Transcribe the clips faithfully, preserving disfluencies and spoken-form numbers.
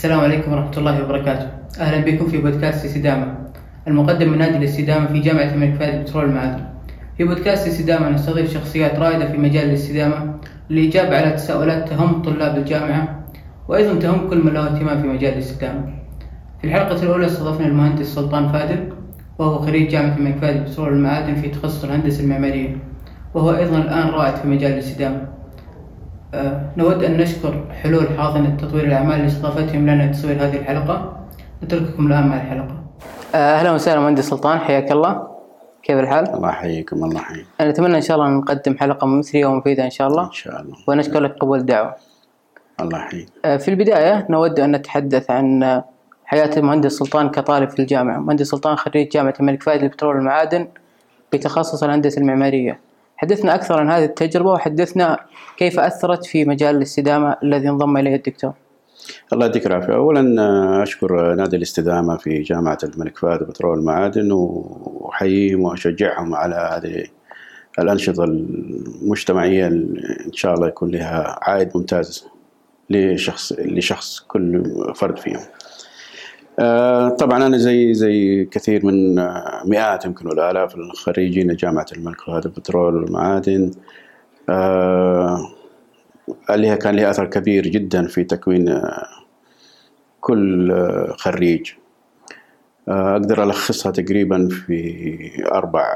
السلام عليكم ورحمة الله وبركاته. أهلا بكم في بودكاست استدامة المقدم من نادي الاستدامة في جامعة الملك فهد للبترول والمعادن. في بودكاست استدامة نستضيف شخصيات رائدة في مجال الاستدامة للإجابة على تساؤلات تهم طلاب الجامعة وأيضا تهم كل من له اهتمام في مجال الاستدامة. في الحلقة الأولى استضفنا المهندس سلطان فادل، وهو خريج جامعة الملك فهد للبترول والمعادن في تخصص الهندسة المعمارية، وهو أيضا الآن رائد في مجال الاستدامة. أه نود أن نشكر حلول حاضنة تطوير الأعمال لاستضافتهم لنا لتصوير هذه الحلقة. نترككم الآن مع الحلقة. أه أهلا وسهلا مهندس سلطان، حياك الله. كيف الحال؟ الله يحييكم. الله يحييك. أنا أتمنى إن شاء الله نقدم حلقة مثرية ومفيدة إن شاء الله. إن شاء الله. ونشكر لك قبول الدعوة. الله يحييك. أه في البداية نود أن نتحدث عن حياة المهندس سلطان كطالب في الجامعة. مهندس سلطان خريج جامعة الملك فهد للبترول والمعادن بتخصص الهندسة المعمارية. حدثنا أكثر عن هذه التجربة وحدثنا كيف أثرت في مجال الاستدامة الذي انضم إليه الدكتور. الله يديك العافية. أولا أشكر نادي الاستدامة في جامعة الملك فهد للبترول والمعادن وأحييهم وأشجعهم على هذه الأنشطة المجتمعية إن شاء الله يكون لها عائد ممتاز لشخص لشخص كل فرد فيهم. طبعا أنا زي زي كثير من مئات يمكن والآلاف الخريجين جامعة الملك فهد للبترول والمعادن اللي كان لها أثر كبير جدا في تكوين كل خريج. أقدر ألخصها تقريبا في أربع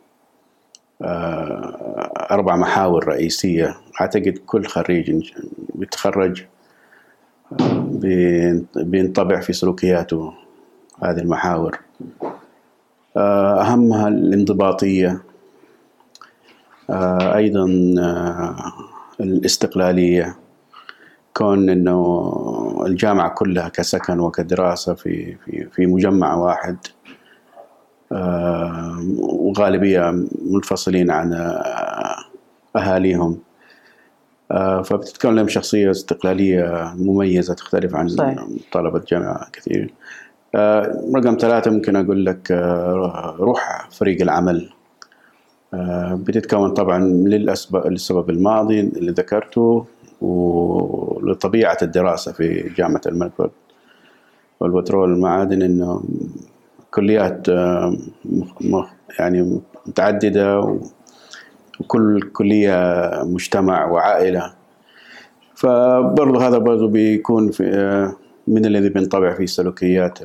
أربع محاور رئيسية. أعتقد كل خريج بيتخرج بينطبع في سلوكياته هذه المحاور. أهمها الانضباطية، أيضا الاستقلالية، كون إنه الجامعة كلها كسكن وكدراسة في في في مجمع واحد، وغالبية منفصلين عن أهاليهم، فبتتكون لهم شخصية استقلالية مميزة تختلف عن صحيح. طلبة جامعة كثير. رقم ثلاثة ممكن أقول لك روح فريق العمل. بتتكون طبعا للسبب الماضي اللي ذكرته ولطبيعة الدراسة في جامعة الملك والبترول والمعادن، إنه كليات يعني متعددة وكل كلية مجتمع وعائلة، فبرضو هذا برضو بيكون في من الذي بينطبع في سلوكيات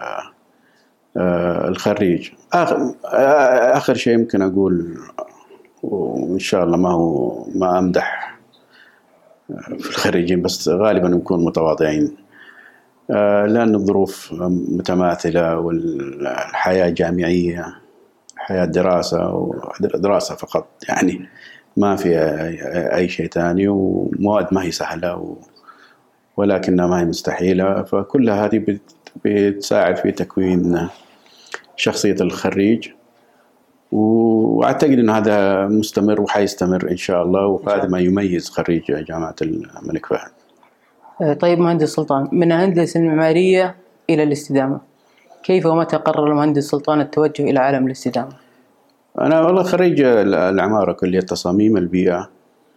الخريج. آخر, آخر شيء يمكن أقول، وإن شاء الله ما هو ما أمدح في الخريجين بس غالبا نكون متواضعين، لأن الظروف متماثلة والحياة جامعية، حياة دراسة ودراسة فقط، يعني ما في أي شيء تاني، ومواد ما هي سهلة ولكنها ما هي مستحيلة. فكل هذه بتساعد في تكوين شخصية الخريج، وأعتقد أن هذا مستمر وحيستمر إن شاء الله، وهذا ما يميز خريج جامعة الملك فهد. طيب مهندس سلطان، من الهندسة المعمارية إلى الاستدامة، كيف ومتى قرر المهندس سلطان التوجه إلى عالم الاستدامة؟ أنا والله خريج العمارة، كلية تصاميم البيئة.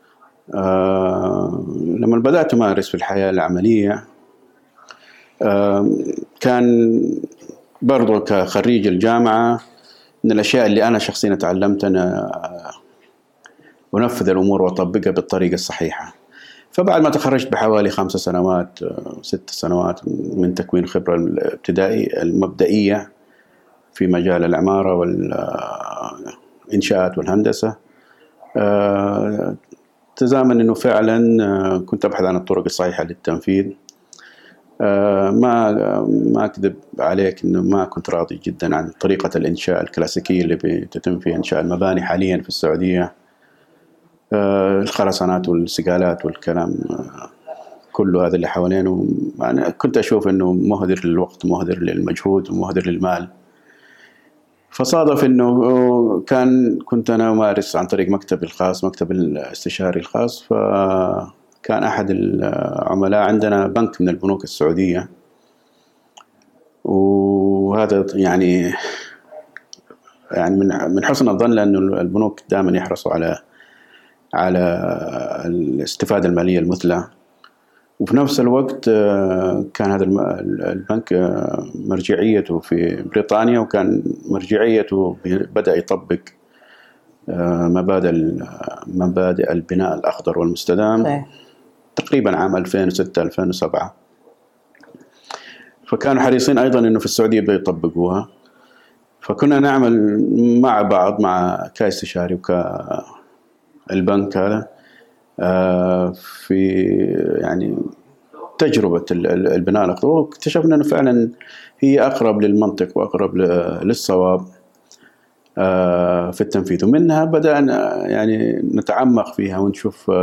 أه لما بدأت أمارس في الحياة العملية أه كان برضو كخريج الجامعة من الأشياء اللي أنا شخصيا تعلمت أنا أنفذ الأمور وأطبقها بالطريقة الصحيحة. فبعد ما تخرجت بحوالي خمس سنوات ست سنوات من تكوين خبرة الابتدائية المبدئية في مجال العمارة والإنشاءات والهندسة، تزامن أنه فعلا كنت أبحث عن الطرق الصحيحة للتنفيذ. ما ما أكذب عليك إنه ما كنت راضي جدا عن طريقة الإنشاء الكلاسيكية اللي بتتم فيها إنشاء المباني حاليا في السعودية، الخرسانات والسقالات والكلام كله هذا اللي حوالينه. أنا كنت أشوف إنه مهدر للوقت، مهدر للمجهود، ومهدر للمال. فصادف إنه كان كنت أنا أمارس عن طريق مكتبي الخاص، مكتب الاستشاري الخاص. فكان أحد العملاء عندنا بنك من البنوك السعودية، وهذا يعني يعني من من حسن الظن، لأنه البنوك دائما يحرصوا على على الاستفادة المالية المثلى. وفي نفس الوقت كان هذا البنك مرجعيته في بريطانيا، وكان مرجعيته بدأ يطبق مبادئ مبادئ البناء الأخضر والمستدام طيب. تقريبا عام ألفين وستة ألفين وسبعة، فكانوا حريصين أيضا إنه في السعودية بدأوا يطبقوها. فكنا نعمل مع بعض مع كاستشاري وكالبنك هذا في يعني تجربة البناء الأخضر، واكتشفنا أنه فعلا هي أقرب للمنطق وأقرب للصواب في التنفيذ. ومنها بدأنا يعني نتعمق فيها ونشوف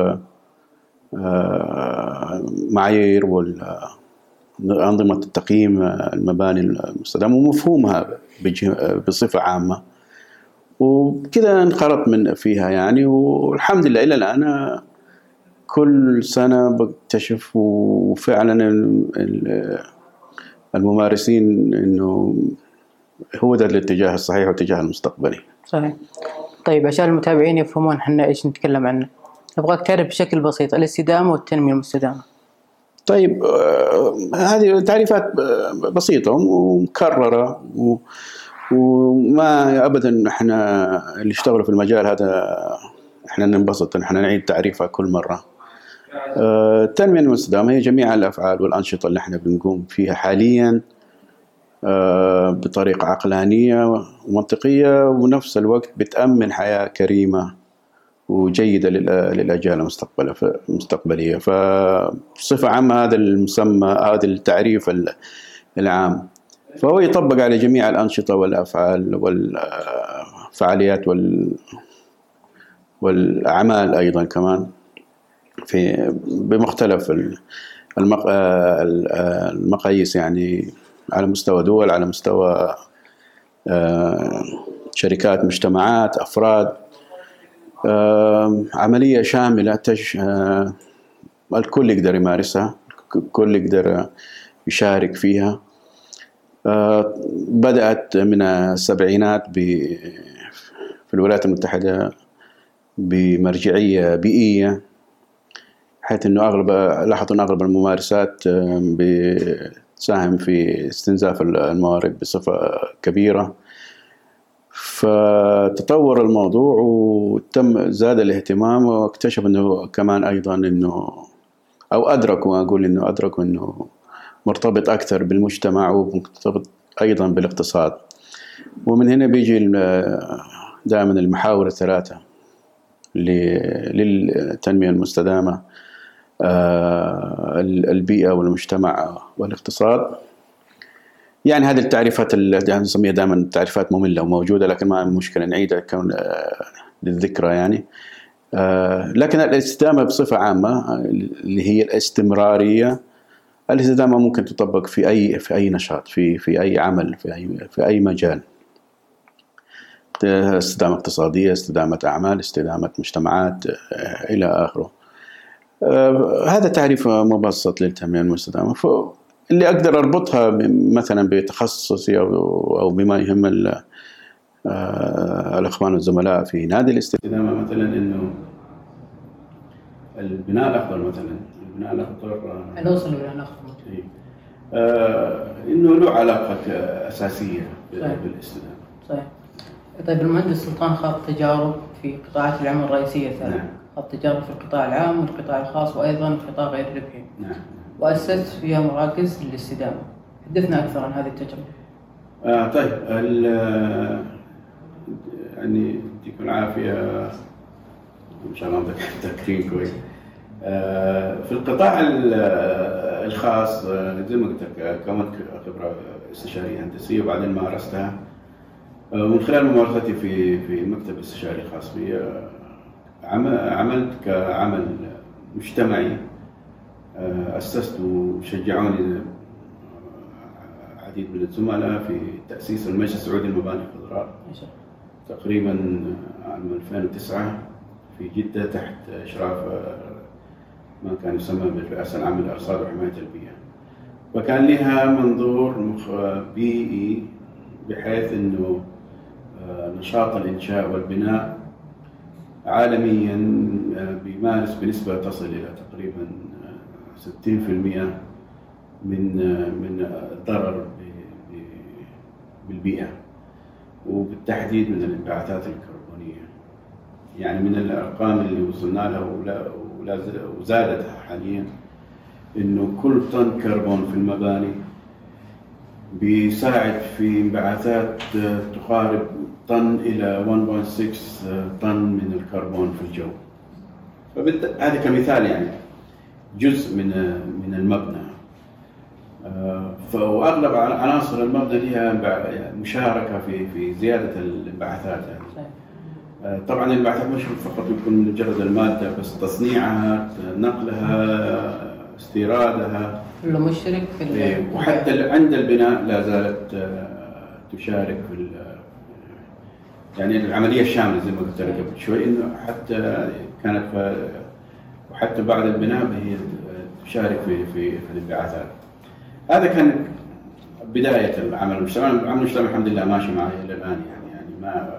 معايير وأنظمة التقييم المباني المستدامة ومفهومها بصفة عامة، وكذا انخرط من فيها يعني. والحمد لله إلى الآن كل سنة بكتشف وفعلا الممارسين إنه هو ده الاتجاه الصحيح والاتجاه المستقبلي. صحيح. طيب عشان المتابعين يفهمون احنا ايش نتكلم عنه، نبغاك تعرف بشكل بسيط الاستدامة والتنمية المستدامة. طيب آه هذه تعريفات بسيطة ومكررة و وما أبدا إحنا اللي اشتغلوا في المجال هذا إحنا ننبسط إن إحنا نعيد تعريفها كل مرة. التنمية المستدامة هي جميع الأفعال والأنشطة اللي إحنا بنقوم فيها حاليا بطريقة عقلانية ومنطقية، ونفس الوقت بتأمن حياة كريمة وجيدة للأجيال المستقبلية. فبصفة عامة هذا المسمى هذا التعريف العام، فهو يطبق على جميع الأنشطة والأفعال والفعاليات وال والأعمال أيضا كمان في بمختلف المقاييس، يعني على مستوى دول، على مستوى شركات، مجتمعات، أفراد. عملية شاملة تش الكل يقدر يمارسها، الكل يقدر يشارك فيها. بدأت من السبعينات في الولايات المتحدة بمرجعية بيئية، حيث أنه أغلب لاحظوا أن أغلب الممارسات بتساهم في استنزاف الموارد بصفة كبيرة. فتطور الموضوع وتم زاد الاهتمام، واكتشف أنه كمان أيضا أنه أو أدركوا أقول أنه أدركوا أنه مرتبط أكثر بالمجتمع ومرتبط أيضا بالاقتصاد. ومن هنا بيجي دائما المحاور الثلاثة للتنمية المستدامة، البيئة والمجتمع والاقتصاد. يعني هذه التعريفات اللي نسميها دائما تعريفات مملة وموجودة، لكن ما مشكلة نعيدها كون للذكرى يعني. لكن الاستدامة بصفة عامة اللي هي الاستمرارية، الاستدامة ممكن تطبق في أي في أي نشاط، في في أي عمل، في أي في أي مجال. استدامة اقتصادية، استدامة أعمال، استدامة مجتمعات إلى آخره. هذا تعريف مبسط للتنمية المستدامة، اللي أقدر أربطها مثلا بتخصصي أو أو بما يهم الأخوان والزملاء في نادي الاستدامة، مثلا إنه البناء الأخضر مثلا البناء الأخضر نوصل إلى الأخضر آه إنه له علاقة أساسية بالاستدامة. صحيح. طيب المهندس سلطان خاض تجارب في قطاعات العمل الرئيسية الثلاث. نعم. خاض تجارب في القطاع العام والقطاع الخاص وأيضا في القطاع غير الربحي. نعم. وأسست فيها مراكز للاستدامة. حدثنا أكثر عن هذه التجربة. آه طيب يعني يعطيكم العافية إن شاء الله عندك تكريم كويس. آه في القطاع الخاص زي ما قلت لك كونت خبرة استشارية هندسية وبعدين مارستها من خلال ممارستي في في مكتب استشاري خاص بي. عملت كعمل مجتمعي، أسست وشجعوني عديد من الزملاء في تأسيس المجلس السعودي للمباني الخضراء تقريبا عام ألفين وتسعة في جدة تحت إشراف ما كان يسمى بالرئاسة العامة للأرصاد وحماية البيئة. وكان لها منظور بيئي بحيث أنه نشاط الإنشاء والبناء عالميا بيمارس بنسبة تصل إلى تقريبا ستين بالمئة من من الضرر بالبيئة، وبالتحديد من الانبعاثات الكربونية. يعني من الأرقام اللي وصلنا لها وزادت حاليا إنه كل طن كربون في المباني بيساعد في انبعاثات تقارب طن إلى واحد فاصلة ستة طن من الكربون في الجو. هذا كمثال يعني جزء من من المبنى. فأغلب عناصر المبنى لها مشاركة في في زيادة الانبعاثات يعني. طبعا الانبعاثات مش فقط يكون مجرد المادة، بس تصنيعها، نقلها، استيرادها كله مشترك في وحتى عند البناء لا زالت تشارك في يعني العملية الشاملة زي ما قلت لك قبل شوي، إنه حتى كانت وحتى بعد البناء هي تشارك في في في الانبعاثات. هذا كان بداية العمل المجتمعي. العمل المجتمعي الحمد لله ماشي معي إلى الآن يعني يعني ما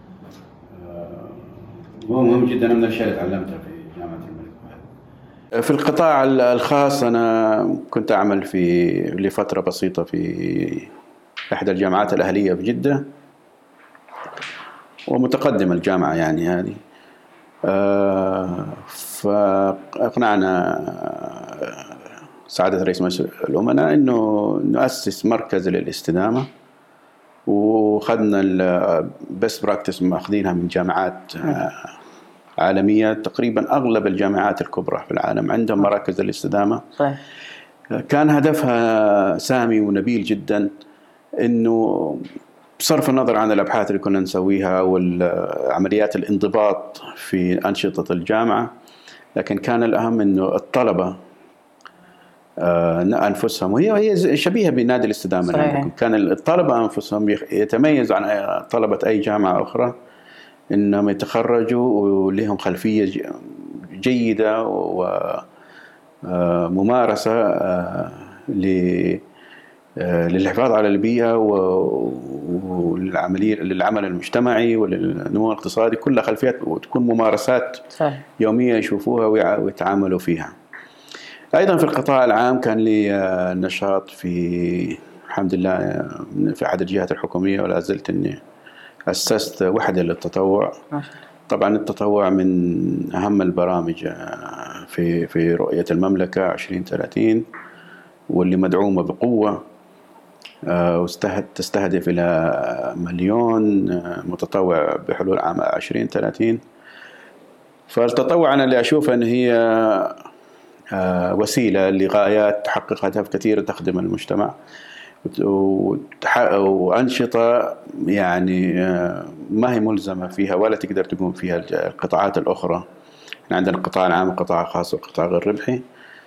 هو مهم جدا من الأشياء اللي تعلمتها في جامعة الملك فهد. في القطاع الخاص أنا كنت أعمل في لفترة بسيطة في إحدى الجامعات الأهلية في جدة، ومتقدمة الجامعة يعني هذه. فأقنعنا سعادة رئيس مجلس الأمناء إنه نؤسس مركز للاستدامة، وخدنا البست براكتس ماخذينها من جامعات عالمية. تقريبا أغلب الجامعات الكبرى في العالم عندهم مراكز الاستدامة. صحيح. كان هدفها سامي ونبيل جدا، إنه بصرف النظر عن الأبحاث اللي كنا نسويها والعمليات الانضباط في أنشطة الجامعة، لكن كان الأهم إنه الطلبة أنفسهم، وهي هي شبيهة بنادي الاستدامة عندكم. كان الطلبة أنفسهم يتميزوا عن طلبة أي جامعة أخرى، إنهم يتخرجوا ولهم خلفية جيدة وممارسة للحفاظ على البيئة والعملية للعمل المجتمعي وللنمو الاقتصادي، كلها خلفيات وتكون ممارسات صحيح. يومية يشوفوها ويتعاملوا فيها. أيضا في القطاع العام كان لي نشاط في الحمد لله في أحد الجهات الحكومية، ولا زلت إني أسست وحدة للتطوع. طبعا التطوع من أهم البرامج في في رؤية المملكة عشرين ثلاثين، واللي مدعومة بقوة، وتستهدف إلى مليون متطوع بحلول عام عشرين ثلاثين. فالتطوع أنا اللي أشوف أن هي وسيلة لغايات تحقق أهداف كثيرة تخدم المجتمع، وأنشطة يعني ما هي ملزمة فيها ولا تقدر تقوم فيها القطاعات الأخرى. عندنا القطاع العام، القطاع الخاص، والقطاع غير ربحي.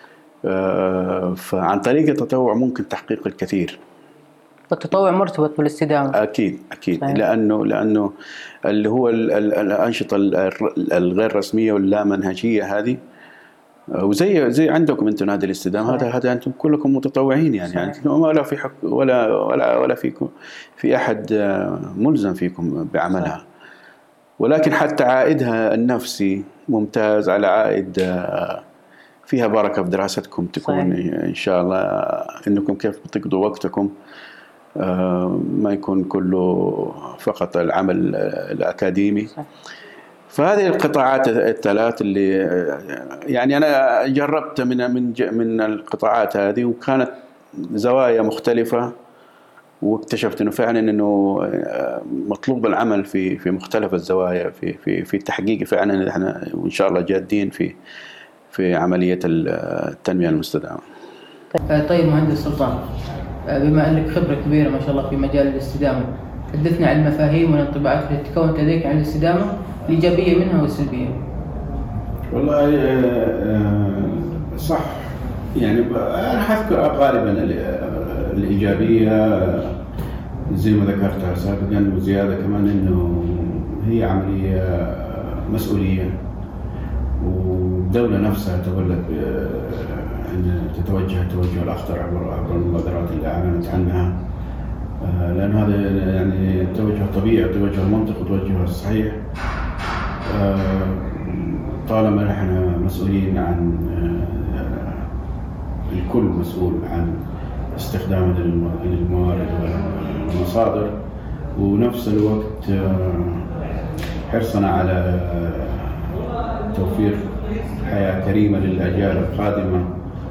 فعن طريق التطوع ممكن تحقيق الكثير. التطوع مرتبط بالاستدامة. أكيد أكيد صحيح. لأنه لأنه اللي هو الأنشطة الغير رسمية واللا منهجية هذه، وزي زي عندكم انتم نادي الاستدامة، هذا هذا انتم كلكم متطوعين يعني يعني ولا في حق ولا ولا ولا فيكم في احد ملزم فيكم بعملها صحيح. ولكن حتى عائدها النفسي ممتاز، على عائد فيها بركة في دراستكم تكون صحيح. ان شاء الله انكم كيف بتقضوا وقتكم، ما يكون كله فقط العمل الأكاديمي صحيح. فهذه القطاعات الثلاث اللي يعني أنا جربت من من من القطاعات هذه، وكانت زوايا مختلفة، واكتشفت إنه فعلا إنه مطلوب العمل في في مختلف الزوايا في في في التحقيق فعلا. إحنا وإن شاء الله جادين في في عملية التنمية المستدامة. طيب مهندس سلطان، بما أنك خبرة كبيرة ما شاء الله في مجال الاستدامة، حدثنا عن المفاهيم والانطباعات التي تكونت لديك عن الاستدامة، الإيجابية منها والسلبية. والله صح، يعني أنا حذكر غالبا الإيجابية زي ما ذكرتها سابقا، وزيادة كمان إنه هي عملية مسؤولية، والدولة نفسها تولت أن تتوجه التوجه الأخطر عبر المبادرات اللي أعلنت عنها، لأن هذا يعني توجه طبيعي، توجه منطقي، توجه صحيح. طالما نحن مسؤولين عن الكل مسؤول عن استخدام الموارد والمصادر، ونفس الوقت حرصنا على توفير حياة كريمة للأجيال القادمة.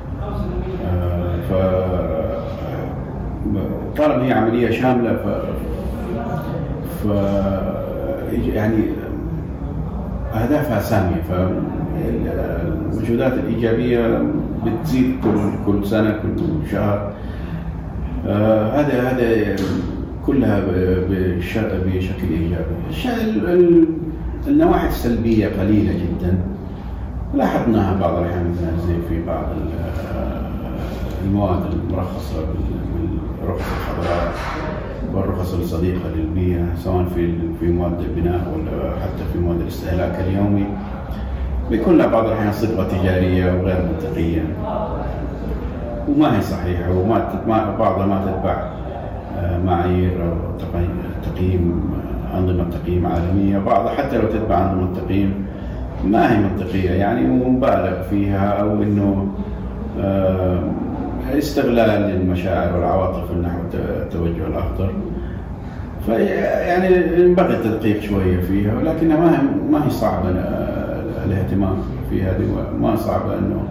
فطالما هي عملية شاملة ف... ف يعني أهدافها سامية، فالمجهودات الإيجابية بتزيد كل كل سنة كل شهر. هذا هذا كلها بشكل إيجابي. النواحي السلبية قليلة جدا لاحظناها بعض الأحيان، زي في بعض المواد المرخصة بالرخص الخضراء والرخص الصديقة للبيئة، سواء في في مواد البناء ولا حتى في مواد الاستهلاك اليومي، بيكون لها بعض الأحيان صبغة تجارية وغير منطقية وما هي صحيحة، وما بعضها ما تتبع معايير تقييم أنظمة تقييم عالمية، بعضها حتى لو تتبع أنظمة تقييم ما هي منطقية يعني ومبالغ فيها، أو إنه استغلال للمشاعر والعواطف نحو التوجه الأخضر. فيعني ينبغي التدقيق شوية فيها، ولكنها ما هي ما هي صعبة الاهتمام في هذه، ما صعبة إنه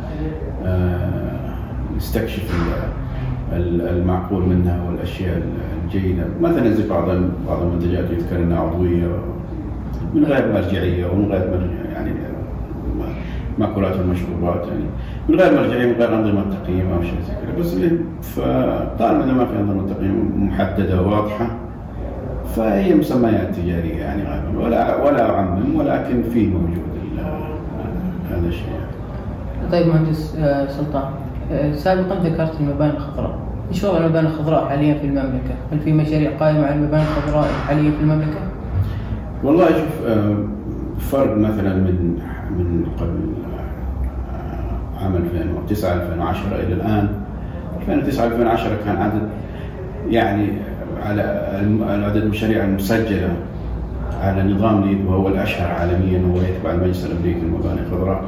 نستكشف المعقول منها والأشياء الجيدة. مثلا زي بعض بعض المنتجات يذكر أنها عضوية من غير مرجعية ومن غير مرجعية، يعني مأكولات والمشروبات يعني من غير مرجعية من غير أنظمة تقييم أو شيء زي كذا. بس فطالما ما في أنظمة تقييم محددة واضحة فهي مسميات تجارية يعني غالبا، ولا ولا أعمم، ولكن في موجود هذا الشيء. طيب مهندس سلطان، سابقا ذكرت المباني الخضراء، ايش وضع المباني الخضراء حاليا في المملكة؟ هل في مشاريع قائمة على المباني الخضراء حاليا في المملكة؟ والله شوف، فرق مثلا من من قبل عام ألفين وتسعة ألفين وعشرة إلى الآن. ألفين وتسعة ألفين وعشرة كان عدد يعني على عدد المشاريع المسجلة على نظام ليد وهو الأشهر عالميا، وهو يتبع المجلس الأمريكي للمباني الخضراء،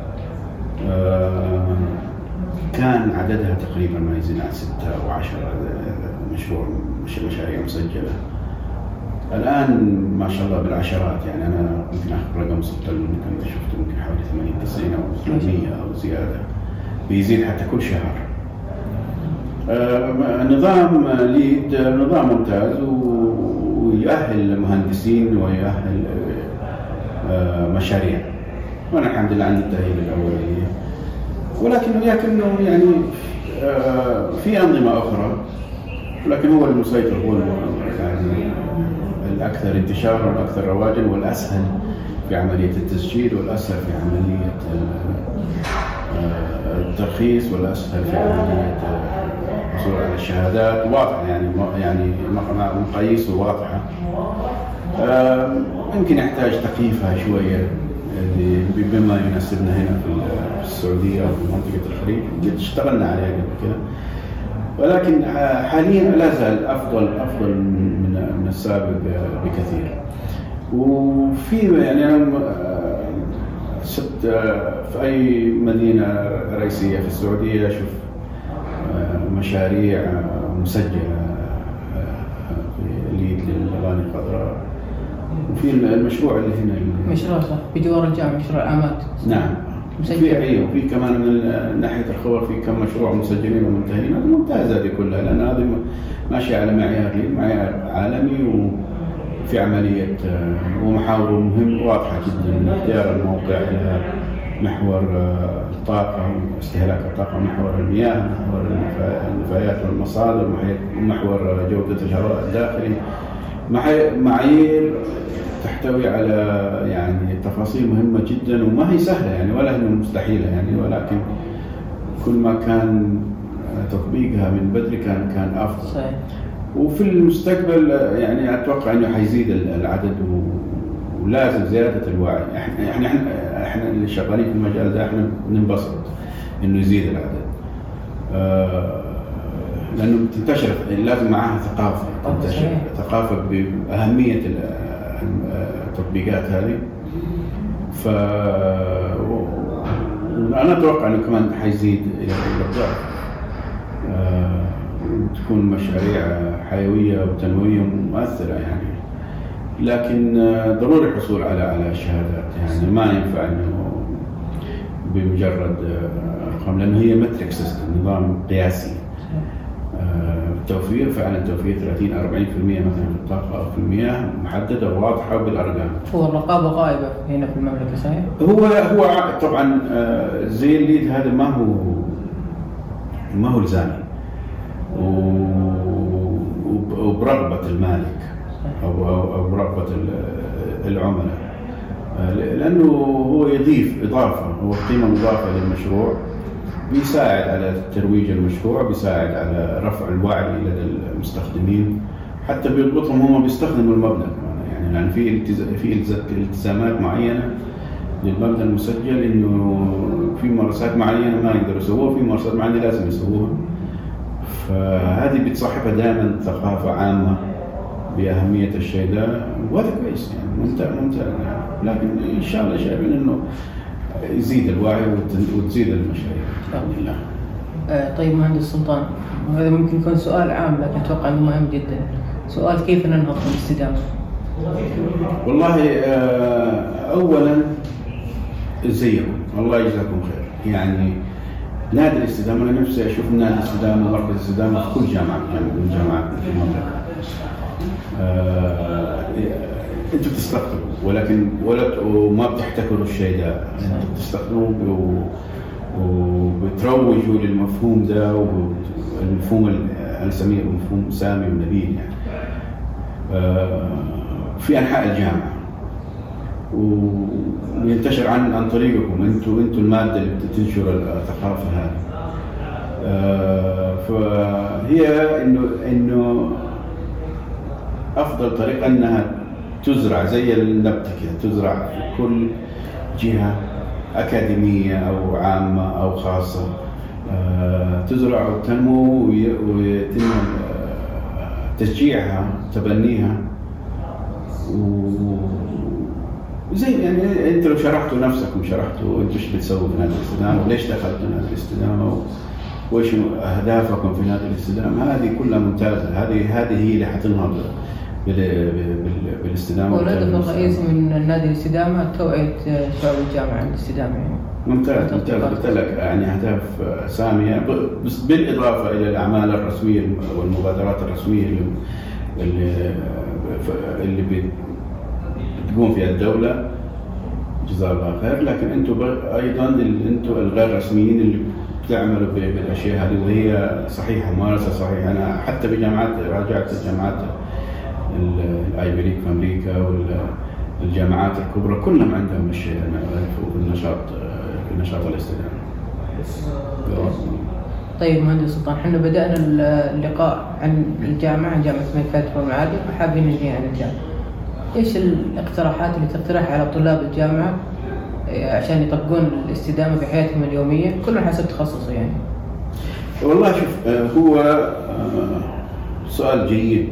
كان عددها تقريبا ما يزيد عن ستة أو عشرة مشروع مشاريع مسجلة. الآن ما شاء الله بالعشرات، يعني أنا ممكن أخذ رقم ستة ممكن شفته ممكن حوالي ثمانين تسعين أو مية أو زيادة، بيزيد حتى كل شهر. آه نظام ليد نظام ممتاز ويؤهل المهندسين ويؤهل آه مشاريع، وأنا الحمد لله عندي التأهيل الأولي، ولكن لكنه يعني آه في أنظمة أخرى، ولكن هو المسيطر هو يعني الأكثر انتشارا والأكثر رواجا والأسهل في عملية التسجيل، والأسهل في عملية الترخيص، والأسهل في عملية الحصول على الشهادات. واضحة يعني يعني مقاييسه واضحة. يمكن يحتاج تكييفها شوية بما يناسبنا هنا في السعودية أو في منطقة الخليج، اشتغلنا عليها قبل كده، ولكن حاليا لا زال أفضل أفضل من من السابق بكثير. وفي يعني أنا ست في أي مدينة رئيسية في السعودية أشوف مشاريع مسجلة في ليد للمباني الخضراء، وفي المشروع اللي هنا مشروع صح بجوار الجامعة، مشروع عامات. نعم في أيوة في كمان من ناحية الخبر في كم مشروع مسجلين ومنتهين. هذه ممتازة هذه كلها، لأن هذه ماشية على معيار معيار عالمي، وفي عملية ومحاور مهم واضحة جدا، اختيار الموقع إلى محور الطاقة واستهلاك الطاقة، محور المياه، محور النفايات والمصادر، محور جودة الهواء الداخلي، معايير تحتوي على يعني تفاصيل مهمة جدا وما هي سهلة يعني ولا هي مستحيلة يعني، ولكن كل ما كان تطبيقها من بدري كان كان أفضل. صحيح. وفي المستقبل يعني أتوقع إنه حيزيد العدد ولازم زيادة الوعي. إحنا إحنا إحنا اللي شغالين في المجال ده إحنا ننبسط إنه يزيد العدد، آه لأنه تنتشر لازم معها ثقافة تنتشر ثقافة بأهمية التطبيقات هذه. ف أنا أتوقع إنه كمان حيزيد إلى الضعف. تكون مشاريع حيوية وتنموية مؤثرة يعني، لكن ضروري الحصول على على شهادات يعني، ما ينفع انه بمجرد ارقام، لانه هي متريك سيستم، نظام قياسي. التوفير فعلا توفير ثلاثين أربعين بالمئة مثلا في الطاقة أو في المياه محددة وواضحة بالأرقام. هو الرقابة غائبة هنا في المملكة صحيح؟ هو هو طبعا زي الليد هذا ما هو ما هو الزامي وبرغبة المالك أو أو برغبة العملاء، لأنه هو يضيف إضافة، هو قيمة مضافة للمشروع، بيساعد على ترويج المشروع، بيساعد على رفع الوعي لدى المستخدمين، حتى بيضبطهم هم بيستخدموا المبنى يعني، لأن في في التزامات معينة للمبنى المسجل، إنه في ممارسات معينة ما يقدروا يسووها، في ممارسات معينة لازم يسووها. فهذه بتصاحبها دائما ثقافة عامة بأهمية الشيء ده، وهذا كويس يعني، ممتع ممتع يعني. لكن إن شاء الله شايفين إنه يزيد الوعي وتزيد المشاريع بإذن الله. آه طيب مهندس سلطان، هذا ممكن يكون سؤال عام لكن أتوقع أنه مهم جدا. سؤال كيف ننهض بالاستدامة؟ والله آه أولا زيكم، الله يجزاكم خير يعني. نادي الاستدامة أنا نفسي أشوف نادي الاستدامة ومركز الاستدامة في كل جامعة من جامعاتنا في المملكة. آه انتوا بتستقطبوا ولكن ولا وما بتحتكروا الشيء ده، انتوا بتستقطبوا وبتروجوا للمفهوم ده، والمفهوم انا اسميه مفهوم سامي ونبيل يعني في انحاء الجامعه، وينتشر عن عن طريقكم انتوا انتوا الماده اللي بتنشر الثقافه هذه. فهي انه انه افضل طريقه انها تزرع زي النبتة كده، تزرع في كل جهة أكاديمية أو عامة أو خاصة، تزرع وتنمو ويتم تشجيعها تبنيها. وزي يعني أنت لو شرحتوا نفسكم، شرحتوا أنتوا إيش بتسووا في نادي الاستدامة وليش دخلتوا نادي الاستدامة وإيش أهدافكم في نادي الاستدامة، هذه كلها ممتازة. هذه هذه هي اللي حتنهض بالاستدامة. والهدف الرئيسي من نادي الاستدامة توعية شعب الجامعة عن الاستدامة يعني. ممتاز ممتاز، قلت لك يعني أهداف سامية، بس بالإضافة إلى الأعمال الرسمية والمبادرات الرسمية اللي اللي بتقوم فيها الدولة جزاها الله خير، لكن أنتم أيضا أنتم الغير رسميين اللي بتعملوا بالأشياء هذه، وهي صحيحة، ممارسة صحيحة. أنا حتى بجامعات راجعت الجامعات الايفي ليج في امريكا والجامعات الكبرى كلهم عندهم الشيء في النشاط في نشاط الاستدامه. طيب مهندس سلطان، احنا بدأنا اللقاء عن الجامعة عن جامعة الملك فهد والمعادي، وحابين ننهي عن الجامعة. ايش الاقتراحات اللي تقترحها على طلاب الجامعة عشان يطبقون الاستدامة في حياتهم اليومية، كل حسب تخصصه يعني؟ والله شوف، هو سؤال جيد.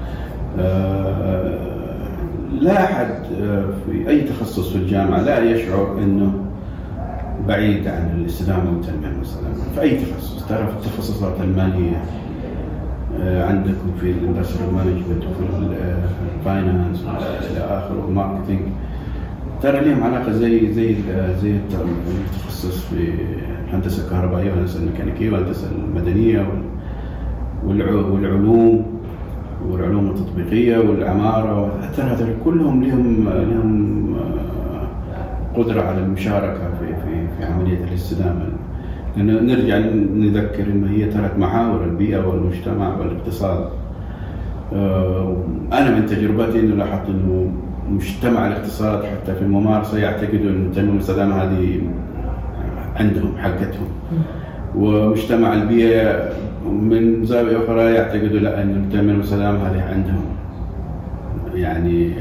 لا أحد في أي تخصص في الجامعة لا يشعر أنه بعيد عن الاستدامة والتنمية والسلامة في أي تخصص. ترى في التخصصات المالية عندكم في الاندستريال مانجمنت وفي الفاينانس إلى آخره والماركتينج، ترى لهم علاقة زي زي زي التخصص في الهندسة الكهربائية والهندسة الميكانيكية والهندسة المدنية والعلوم والعلوم التطبيقية والعمارة. ترى هذول كلهم لهم لهم قدرة على المشاركة في في في عملية الاستدامة. لأن نرجع نذكر إن هي ثلاث محاور: البيئة والمجتمع والاقتصاد. أنا من تجربتي إنه لاحظت إنه مجتمع الاقتصاد حتى في الممارسة يعتقدوا إن التنمية والاستدامة هذه عندهم حقتهم، ومجتمع البيئة من زاوية أخرى يعتقدوا لا أن التنمية والسلام هذه عندهم. يعني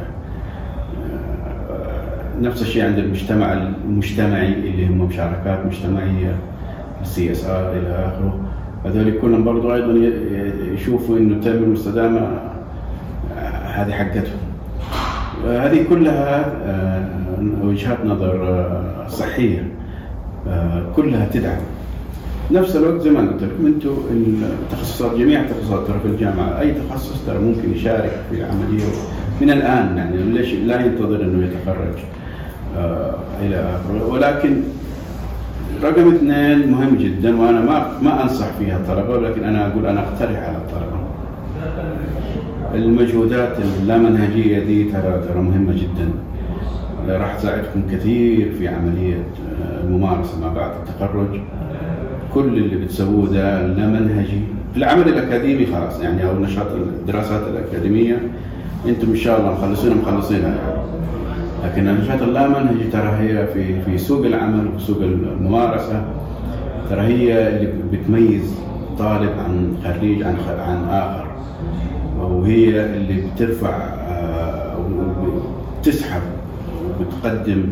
نفس الشيء عند المجتمع المجتمعي اللي هم مشاركات مجتمعية، السي اس ار إلى آخره. هذول كلهم برضو أيضا يشوفوا إنه التنمية والسلامة هذه حقتهم. هذه كلها وجهات نظر صحية، كلها تدعم نفس الوقت زي ما قلت لكم انتم التخصصات، جميع التخصصات ترى في الجامعه، اي تخصص ترى ممكن يشارك في العمليه من الان، يعني ليش لا ينتظر انه يتخرج آه الى اخره. ولكن رقم اثنين مهم جدا، وانا ما ما انصح فيها الطلبه، ولكن انا اقول انا اقترح على الطلبه المجهودات اللامنهجيه دي ترى ترى مهمه جدا، راح تساعدكم كثير في عمليه الممارسه ما بعد التخرج. كل اللي بتسووه ده اللامنهجي في العمل الاكاديمي خلاص يعني، او نشاط الدراسات الاكاديميه انتم ان شاء الله مخلصين مخلصينها يعني. لكن النشاط اللامنهجي ترى هي في في سوق العمل وفي سوق الممارسه، ترى هي اللي بتميز طالب عن خريج عن عن اخر، وهي اللي بترفع وبتسحب وبتقدم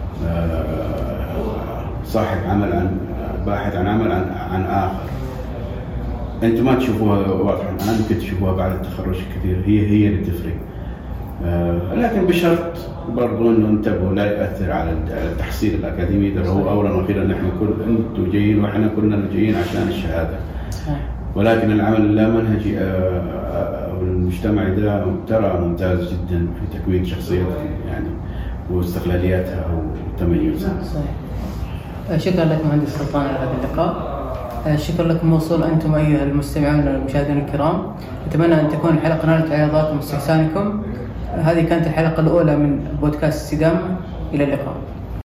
صاحب عمل عن باحث عن عمل عن عن اخر. انتم ما تشوفوها واضحه، انا ممكن تشوفوها بعد التخرج كثير، هي هي اللي تفرق. آه لكن بشرط برضو انه انتبهوا لا يؤثر على التحصيل الاكاديمي، ده هو اولا واخيرا نحن كل انتم جايين واحنا كلنا جايين عشان الشهاده. ولكن العمل اللامنهجي او المجتمعي ده ترى ممتاز جدا في تكوين شخصيتهم يعني واستقلالياتها وتميزها. صحيح. شكرا لك مهندس سلطان على هذا اللقاء. شكرا لكم موصول أنتم أيها المستمعون والمشاهدين الكرام. أتمنى أن تكون الحلقة نالت إعجابكم واستحسانكم. هذه كانت الحلقة الأولى من بودكاست استدامة. إلى اللقاء.